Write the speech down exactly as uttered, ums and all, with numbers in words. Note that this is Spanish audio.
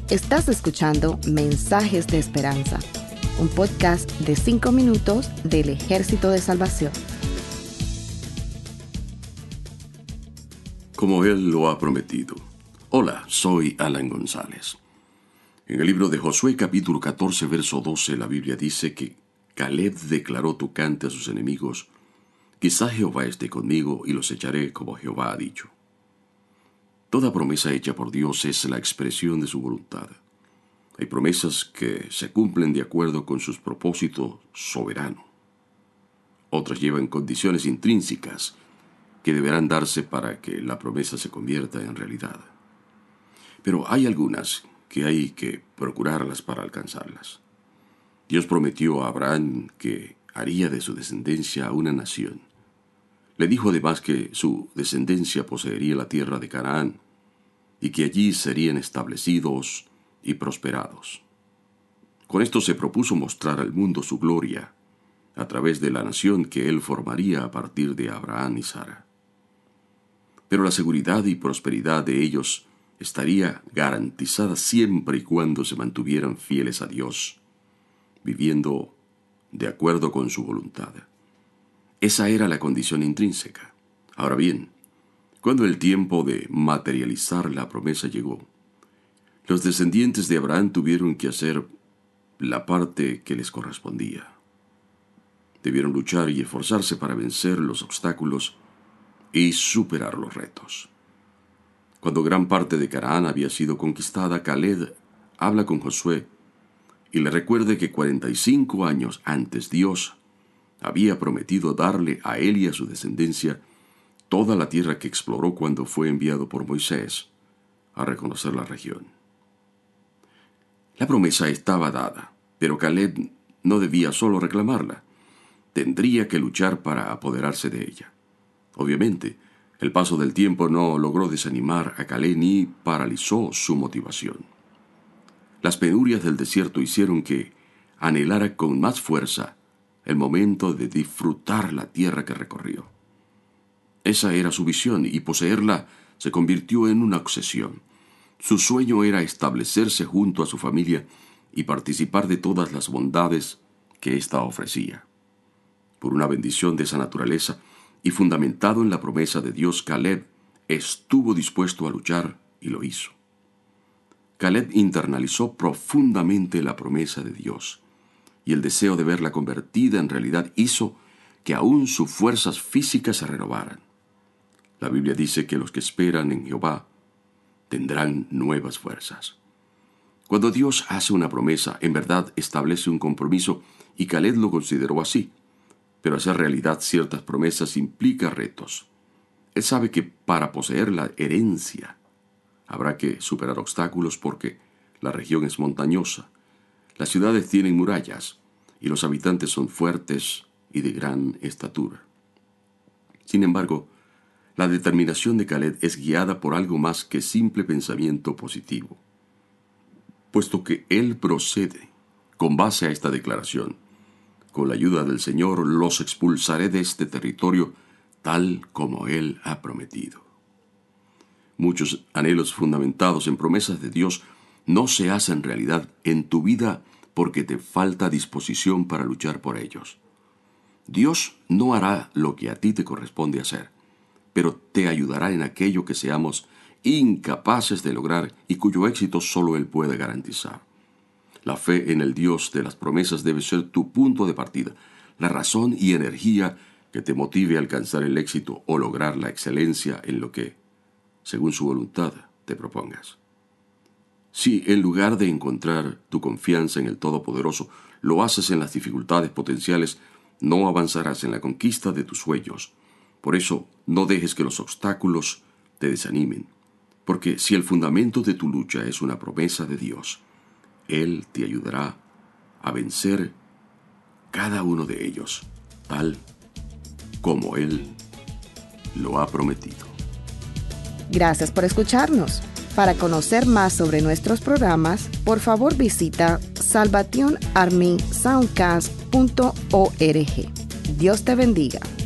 Estás escuchando Mensajes de Esperanza, un podcast de cinco minutos del Ejército de Salvación. Como Él lo ha prometido. Hola, soy Alan González. En el libro de Josué capítulo catorce, verso doce, la Biblia dice que Caleb declaró tocante a sus enemigos: quizá Jehová esté conmigo y los echaré como Jehová ha dicho. Toda promesa hecha por Dios es la expresión de su voluntad. Hay promesas que se cumplen de acuerdo con sus propósitos soberanos. Otras llevan condiciones intrínsecas que deberán darse para que la promesa se convierta en realidad. Pero hay algunas que hay que procurarlas para alcanzarlas. Dios prometió a Abraham que haría de su descendencia una nación. Le dijo además que su descendencia poseería la tierra de Canaán y que allí serían establecidos y prosperados. Con esto se propuso mostrar al mundo su gloria a través de la nación que él formaría a partir de Abraham y Sara. Pero la seguridad y prosperidad de ellos estaría garantizada siempre y cuando se mantuvieran fieles a Dios, viviendo de acuerdo con su voluntad. Esa era la condición intrínseca. Ahora bien, cuando el tiempo de materializar la promesa llegó, los descendientes de Abraham tuvieron que hacer la parte que les correspondía. Debieron luchar y esforzarse para vencer los obstáculos y superar los retos. Cuando gran parte de Canaán había sido conquistada, Caleb habla con Josué y le recuerda que cuarenta y cinco años antes Dios había prometido darle a él y a su descendencia toda la tierra que exploró cuando fue enviado por Moisés a reconocer la región. La promesa estaba dada, pero Caleb no debía solo reclamarla, tendría que luchar para apoderarse de ella. Obviamente, el paso del tiempo no logró desanimar a Caleb ni paralizó su motivación. Las penurias del desierto hicieron que anhelara con más fuerza el momento de disfrutar la tierra que recorrió. Esa era su visión y poseerla se convirtió en una obsesión. Su sueño era establecerse junto a su familia y participar de todas las bondades que ésta ofrecía. Por una bendición de esa naturaleza y fundamentado en la promesa de Dios, Caleb estuvo dispuesto a luchar y lo hizo. Caleb internalizó profundamente la promesa de Dios, y el deseo de verla convertida en realidad hizo que aún sus fuerzas físicas se renovaran. La Biblia dice que los que esperan en Jehová tendrán nuevas fuerzas. Cuando Dios hace una promesa, en verdad establece un compromiso, y Caleb lo consideró así. Pero hacer realidad ciertas promesas implica retos. Él sabe que para poseer la herencia habrá que superar obstáculos porque la región es montañosa. Las ciudades tienen murallas y los habitantes son fuertes y de gran estatura. Sin embargo, la determinación de Caleb es guiada por algo más que simple pensamiento positivo, puesto que él procede con base a esta declaración: con la ayuda del Señor los expulsaré de este territorio tal como Él ha prometido. Muchos anhelos fundamentados en promesas de Dios no se hacen realidad en tu vida porque te falta disposición para luchar por ellos. Dios no hará lo que a ti te corresponde hacer, pero te ayudará en aquello que seamos incapaces de lograr y cuyo éxito solo Él puede garantizar. La fe en el Dios de las promesas debe ser tu punto de partida, la razón y energía que te motive a alcanzar el éxito o lograr la excelencia en lo que, según su voluntad, te propongas. Si en lugar de encontrar tu confianza en el Todopoderoso, lo haces en las dificultades potenciales, no avanzarás en la conquista de tus sueños. Por eso, no dejes que los obstáculos te desanimen, porque si el fundamento de tu lucha es una promesa de Dios, Él te ayudará a vencer cada uno de ellos, tal como Él lo ha prometido. Gracias por escucharnos. Para conocer más sobre nuestros programas, por favor visita salvation army soundcast punto org. Dios te bendiga.